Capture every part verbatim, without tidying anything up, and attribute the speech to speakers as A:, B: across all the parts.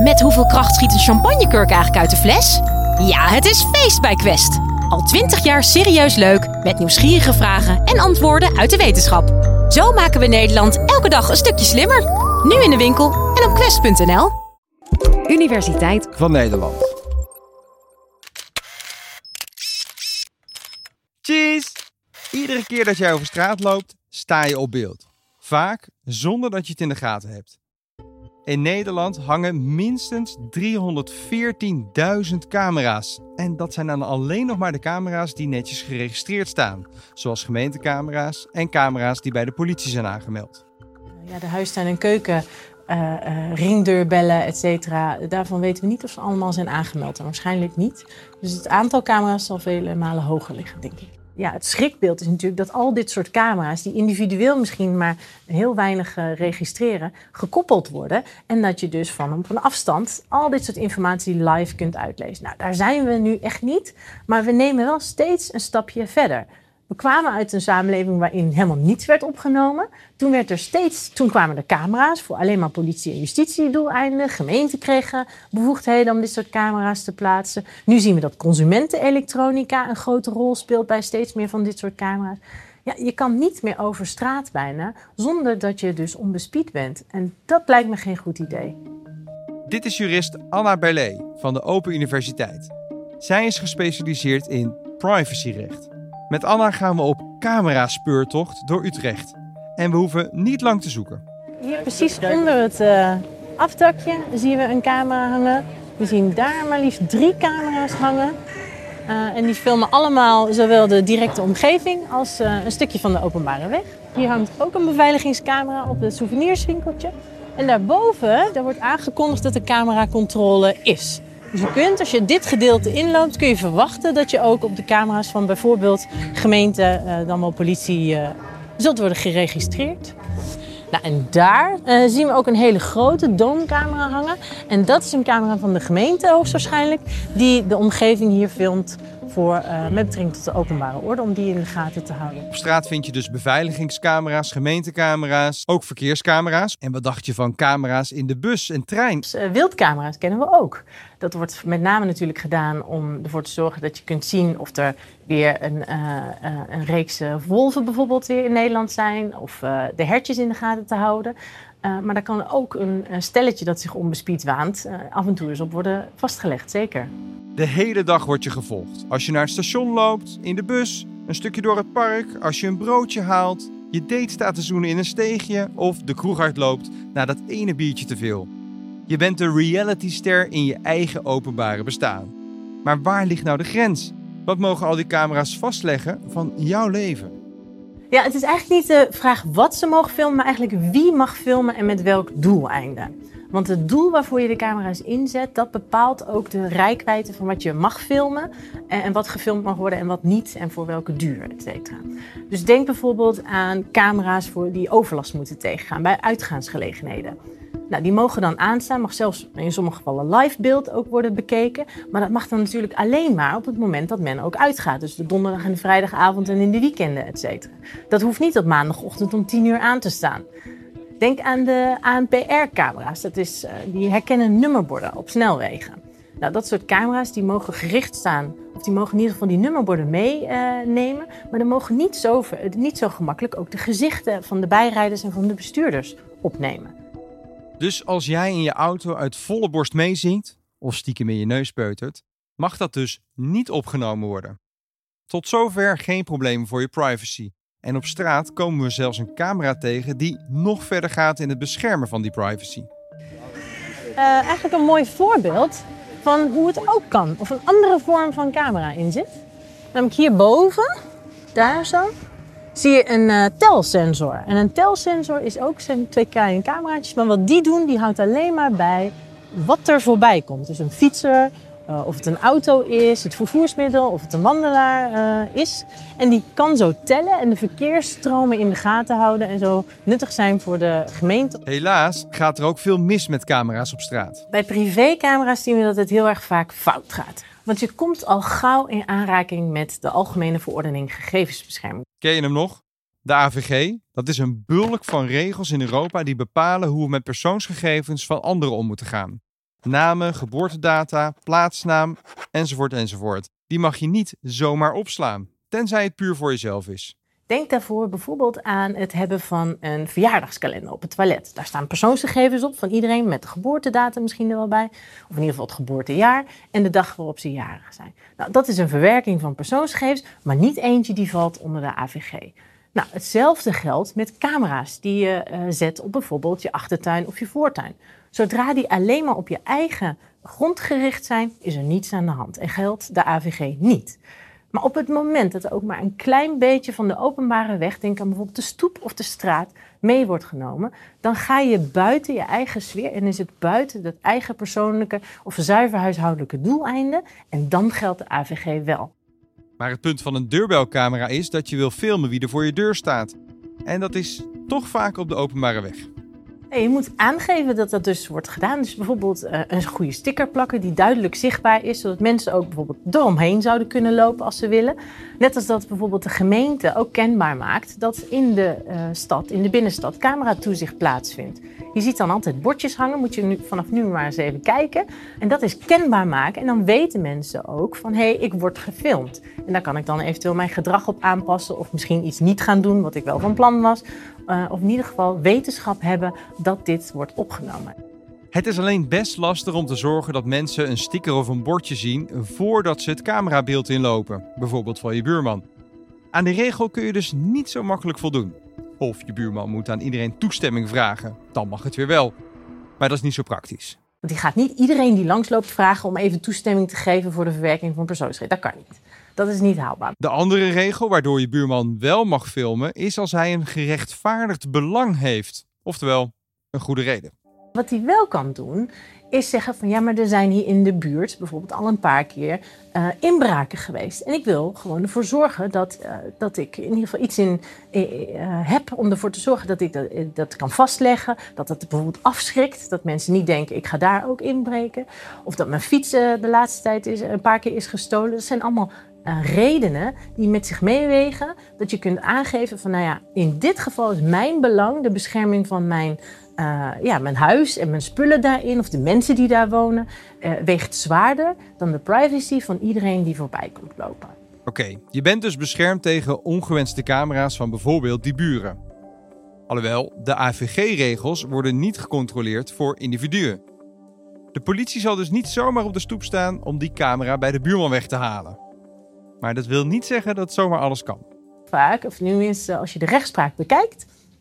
A: Met hoeveel kracht schiet een champagnekurk eigenlijk uit de fles? Ja, het is feest bij Quest. Al twintig jaar serieus leuk, met nieuwsgierige vragen en antwoorden uit de wetenschap. Zo maken we Nederland elke dag een stukje slimmer. Nu in de winkel en op quest punt n l.
B: Universiteit
C: van Nederland. Cheese! Iedere keer dat jij over straat loopt, sta je op beeld. Vaak zonder dat je het in de gaten hebt. In Nederland hangen minstens driehonderdveertienduizend camera's. En dat zijn dan alleen nog maar de camera's die netjes geregistreerd staan. Zoals gemeentecamera's en camera's die bij de politie zijn aangemeld.
D: Ja, de huistuin- en keuken, uh, uh, ringdeurbellen, et cetera. Daarvan weten we niet of ze allemaal zijn aangemeld. En waarschijnlijk niet. Dus het aantal camera's zal vele malen hoger liggen, denk ik. Ja, het schrikbeeld is natuurlijk dat al dit soort camera's, die individueel misschien maar heel weinig uh, registreren, gekoppeld worden. En dat je dus van op een afstand al dit soort informatie live kunt uitlezen. Nou, daar zijn we nu echt niet. Maar we nemen wel steeds een stapje verder. We kwamen uit een samenleving waarin helemaal niets werd opgenomen. Toen, werd er steeds, toen kwamen er camera's voor alleen maar politie- en justitiedoeleinden. Gemeenten kregen bevoegdheden om dit soort camera's te plaatsen. Nu zien we dat consumentenelektronica een grote rol speelt bij steeds meer van dit soort camera's. Ja, je kan niet meer over straat bijna zonder dat je dus onbespied bent. En dat lijkt me geen goed idee.
C: Dit is jurist Anna Berlé van de Open Universiteit. Zij is gespecialiseerd in privacyrecht. Met Anna gaan we op cameraspeurtocht door Utrecht. En we hoeven niet lang te zoeken.
D: Hier precies onder het uh, afdakje zien we een camera hangen. We zien daar maar liefst drie camera's hangen. Uh, en die filmen allemaal zowel de directe omgeving als uh, een stukje van de openbare weg. Hier hangt ook een beveiligingscamera op het souvenirswinkeltje. En daarboven daar wordt aangekondigd dat de cameracontrole is. Dus je kunt, als je dit gedeelte inloopt, kun je verwachten dat je ook op de camera's van bijvoorbeeld gemeente, uh, dan wel politie, uh, zult worden geregistreerd. Nou, en daar uh, zien we ook een hele grote domecamera hangen. En dat is een camera van de gemeente hoogstwaarschijnlijk, die de omgeving hier filmt voor, uh, met betrekking tot de openbare orde, om die in de gaten te houden.
C: Op straat vind je dus beveiligingscamera's, gemeentecamera's, ook verkeerscamera's. En wat dacht je van camera's in de bus en trein?
D: Dus, uh, wildcamera's kennen we ook. Dat wordt met name natuurlijk gedaan om ervoor te zorgen dat je kunt zien of er weer een, uh, uh, een reeks uh, wolven bijvoorbeeld weer in Nederland zijn. Of uh, de hertjes in de gaten te houden. Uh, maar daar kan ook een, een stelletje dat zich onbespied waant uh, af en toe eens op worden vastgelegd, zeker.
C: De hele dag word je gevolgd. Als je naar het station loopt, in de bus, een stukje door het park, als je een broodje haalt, je date staat te zoenen in een steegje of de kroeg uitloopt na dat ene biertje te veel. Je bent de realityster in je eigen openbare bestaan. Maar waar ligt nou de grens? Wat mogen al die camera's vastleggen van jouw leven?
D: Ja, het is eigenlijk niet de vraag wat ze mogen filmen, maar eigenlijk wie mag filmen en met welk doeleinde. Want het doel waarvoor je de camera's inzet, dat bepaalt ook de reikwijdte van wat je mag filmen en wat gefilmd mag worden en wat niet en voor welke duur, et cetera. Dus denk bijvoorbeeld aan camera's voor die overlast moeten tegengaan bij uitgaansgelegenheden. Nou, die mogen dan aanstaan, mag zelfs in sommige gevallen live beeld ook worden bekeken. Maar dat mag dan natuurlijk alleen maar op het moment dat men ook uitgaat. Dus de donderdag en de vrijdagavond en in de weekenden, et cetera. Dat hoeft niet op maandagochtend om tien uur aan te staan. Denk aan de A N P R-camera's. Dat is, uh, die herkennen nummerborden op snelwegen. Nou, dat soort camera's die mogen gericht staan, of die mogen in ieder geval die nummerborden meenemen. Uh, maar dan mogen niet zo, niet zo gemakkelijk ook de gezichten van de bijrijders en van de bestuurders opnemen.
C: Dus als jij in je auto uit volle borst meezingt, of stiekem in je neus peutert, mag dat dus niet opgenomen worden. Tot zover geen probleem voor je privacy. En op straat komen we zelfs een camera tegen die nog verder gaat in het beschermen van die privacy.
D: Uh, eigenlijk een mooi voorbeeld van hoe het ook kan. Of een andere vorm van camera in zit. Namelijk hierboven, daar zo, zie je een uh, telsensor. En een telsensor is ook zijn twee kleine cameraatjes. Maar wat die doen, die houdt alleen maar bij wat er voorbij komt. Dus een fietser, uh, of het een auto is, het vervoersmiddel, of het een wandelaar uh, is. En die kan zo tellen en de verkeersstromen in de gaten houden en zo nuttig zijn voor de gemeente.
C: Helaas gaat er ook veel mis met camera's op straat.
D: Bij privécamera's zien we dat het heel erg vaak fout gaat. Want je komt al gauw in aanraking met de Algemene Verordening Gegevensbescherming.
C: Ken je hem nog? De A V G, dat is een bulk van regels in Europa die bepalen hoe we met persoonsgegevens van anderen om moeten gaan. Namen, geboortedata, plaatsnaam, enzovoort enzovoort. Die mag je niet zomaar opslaan, tenzij het puur voor jezelf is.
D: Denk daarvoor bijvoorbeeld aan het hebben van een verjaardagskalender op het toilet. Daar staan persoonsgegevens op van iedereen met de geboortedatum misschien er wel bij. Of in ieder geval het geboortejaar en de dag waarop ze jarig zijn. Nou, dat is een verwerking van persoonsgegevens, maar niet eentje die valt onder de A V G. Nou, hetzelfde geldt met camera's die je uh, zet op bijvoorbeeld je achtertuin of je voortuin. Zodra die alleen maar op je eigen grond gericht zijn, is er niets aan de hand en geldt de A V G niet. Maar op het moment dat er ook maar een klein beetje van de openbare weg, denk aan bijvoorbeeld de stoep of de straat, mee wordt genomen, dan ga je buiten je eigen sfeer en is het buiten dat eigen persoonlijke of zuiver huishoudelijke doeleinde en dan geldt de A V G wel.
C: Maar het punt van een deurbelcamera is dat je wil filmen wie er voor je deur staat. En dat is toch vaak op de openbare weg.
D: En je moet aangeven dat dat dus wordt gedaan. Dus bijvoorbeeld uh, een goede sticker plakken die duidelijk zichtbaar is, zodat mensen ook bijvoorbeeld eromheen zouden kunnen lopen als ze willen. Net als dat bijvoorbeeld de gemeente ook kenbaar maakt dat in de uh, stad, in de binnenstad, cameratoezicht plaatsvindt. Je ziet dan altijd bordjes hangen, moet je nu, vanaf nu maar eens even kijken. En dat is kenbaar maken en dan weten mensen ook van hé, hey, ik word gefilmd. En daar kan ik dan eventueel mijn gedrag op aanpassen of misschien iets niet gaan doen wat ik wel van plan was. Uh, of in ieder geval wetenschap hebben dat dit wordt opgenomen.
C: Het is alleen best lastig om te zorgen dat mensen een sticker of een bordje zien voordat ze het camerabeeld inlopen, bijvoorbeeld van je buurman. Aan die regel kun je dus niet zo makkelijk voldoen. Of je buurman moet aan iedereen toestemming vragen, dan mag het weer wel. Maar dat is niet zo praktisch.
D: Want die gaat niet iedereen die langsloopt vragen om even toestemming te geven voor de verwerking van persoonsgegevens. Dat kan niet. Dat is niet haalbaar.
C: De andere regel waardoor je buurman wel mag filmen is als hij een gerechtvaardigd belang heeft. Oftewel, een goede reden.
D: Wat hij wel kan doen, is zeggen van ja, maar er zijn hier in de buurt bijvoorbeeld al een paar keer uh, inbraken geweest. En ik wil gewoon ervoor zorgen dat, uh, dat ik in ieder geval iets in, uh, heb om ervoor te zorgen dat ik dat, uh, dat kan vastleggen. Dat dat bijvoorbeeld afschrikt. Dat mensen niet denken ik ga daar ook inbreken. Of dat mijn fiets uh, de laatste tijd is, een paar keer is gestolen. Dat zijn allemaal uh, redenen die met zich meewegen. Dat je kunt aangeven van nou ja, in dit geval is mijn belang de bescherming van mijn Uh, ja, mijn huis en mijn spullen daarin, of de mensen die daar wonen, uh, weegt zwaarder dan de privacy van iedereen die voorbij komt lopen.
C: Oké, okay, je bent dus beschermd tegen ongewenste camera's van bijvoorbeeld die buren. Alhoewel, de A V G-regels worden niet gecontroleerd voor individuen. De politie zal dus niet zomaar op de stoep staan om die camera bij de buurman weg te halen. Maar dat wil niet zeggen dat zomaar alles kan.
D: Vaak, of nu eens als je de rechtspraak bekijkt,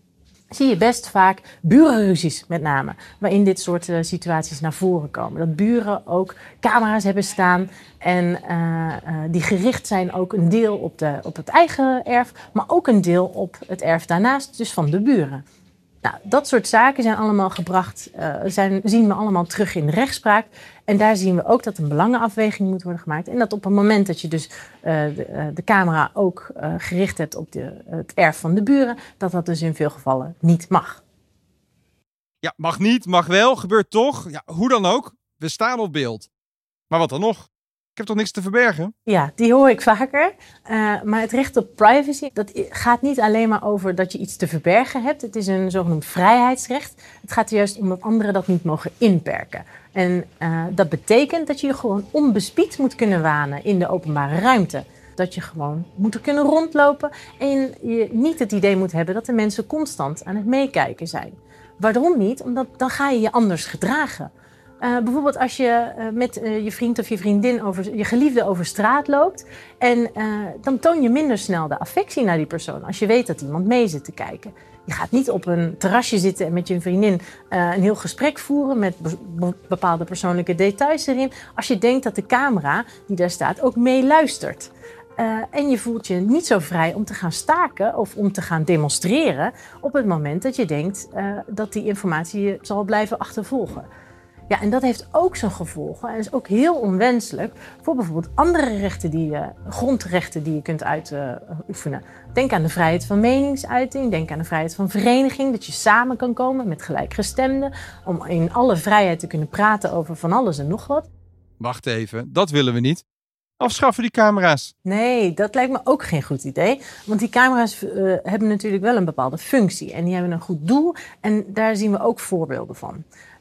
D: zie je best vaak burenruzies met name, waarin dit soort uh, situaties naar voren komen. Dat buren ook camera's hebben staan en uh, uh, die gericht zijn ook een deel op, de, op het eigen erf, maar ook een deel op het erf daarnaast, dus van de buren. Nou, dat soort zaken zijn allemaal gebracht, uh, zijn, zien we allemaal terug in de rechtspraak. En daar zien we ook dat een belangenafweging moet worden gemaakt. En dat op het moment dat je dus uh, de, uh, de camera ook uh, gericht hebt op de, het erf van de buren, dat dat dus in veel gevallen niet mag.
C: Ja, mag niet, mag wel, gebeurt toch. Ja, hoe dan ook, we staan op beeld. Maar wat dan nog? Ik heb toch niks te verbergen?
D: Ja, die hoor ik vaker. Uh, maar het recht op privacy, dat gaat niet alleen maar over dat je iets te verbergen hebt. Het is een zogenoemd vrijheidsrecht. Het gaat er juist om dat anderen dat niet mogen inperken. En uh, dat betekent dat je je gewoon onbespied moet kunnen wanen in de openbare ruimte. Dat je gewoon moet kunnen rondlopen en je niet het idee moet hebben dat de mensen constant aan het meekijken zijn. Waarom niet? Omdat dan ga je je anders gedragen. Uh, bijvoorbeeld als je uh, met uh, je vriend of je vriendin, over, je geliefde over straat loopt. En uh, dan toon je minder snel de affectie naar die persoon. Als je weet dat iemand mee zit te kijken. Je gaat niet op een terrasje zitten en met je vriendin uh, een heel gesprek voeren met be- bepaalde persoonlijke details erin. Als je denkt dat de camera die daar staat ook meeluistert. Uh, en je voelt je niet zo vrij om te gaan staken of om te gaan demonstreren op het moment dat je denkt uh, dat die informatie je zal blijven achtervolgen. Ja, en dat heeft ook zijn gevolgen en is ook heel onwenselijk voor bijvoorbeeld andere rechten die je, grondrechten die je kunt uitoefenen. Denk aan de vrijheid van meningsuiting, denk aan de vrijheid van vereniging, dat je samen kan komen met gelijkgestemden om in alle vrijheid te kunnen praten over van alles en nog wat.
C: Wacht even, dat willen we niet. Afschaffen die camera's.
D: Nee, dat lijkt me ook geen goed idee. Want die camera's uh, hebben natuurlijk wel een bepaalde functie. En die hebben een goed doel. En daar zien we ook voorbeelden van.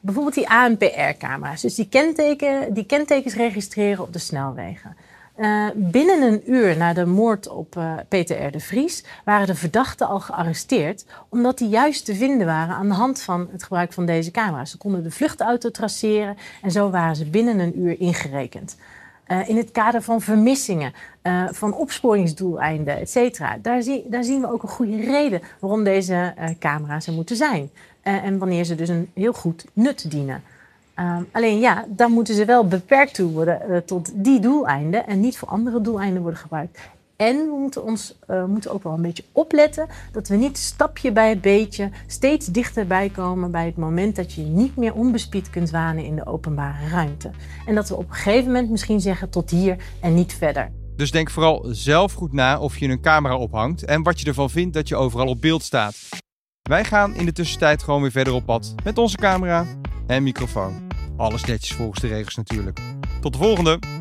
D: Bijvoorbeeld die A N P R-camera's. Dus die, kenteken, die kentekens registreren op de snelwegen. Uh, binnen een uur na de moord op uh, Peter R. de Vries waren de verdachten al gearresteerd, omdat die juist te vinden waren aan de hand van het gebruik van deze camera's. Ze konden de vluchtauto traceren en zo waren ze binnen een uur ingerekend. Uh, in het kader van vermissingen, uh, van opsporingsdoeleinden, et cetera. Daar, zie, daar zien we ook een goede reden waarom deze uh, camera's er moeten zijn. Uh, en wanneer ze dus een heel goed nut dienen. Uh, alleen ja, dan moeten ze wel beperkt toe worden uh, tot die doeleinden en niet voor andere doeleinden worden gebruikt. En we moeten, ons, uh, moeten ook wel een beetje opletten dat we niet stapje bij beetje steeds dichterbij komen bij het moment dat je je niet meer onbespied kunt wanen in de openbare ruimte. En dat we op een gegeven moment misschien zeggen tot hier en niet verder.
C: Dus denk vooral zelf goed na of je een camera ophangt en wat je ervan vindt dat je overal op beeld staat. Wij gaan in de tussentijd gewoon weer verder op pad met onze camera en microfoon. Alles netjes volgens de regels natuurlijk. Tot de volgende!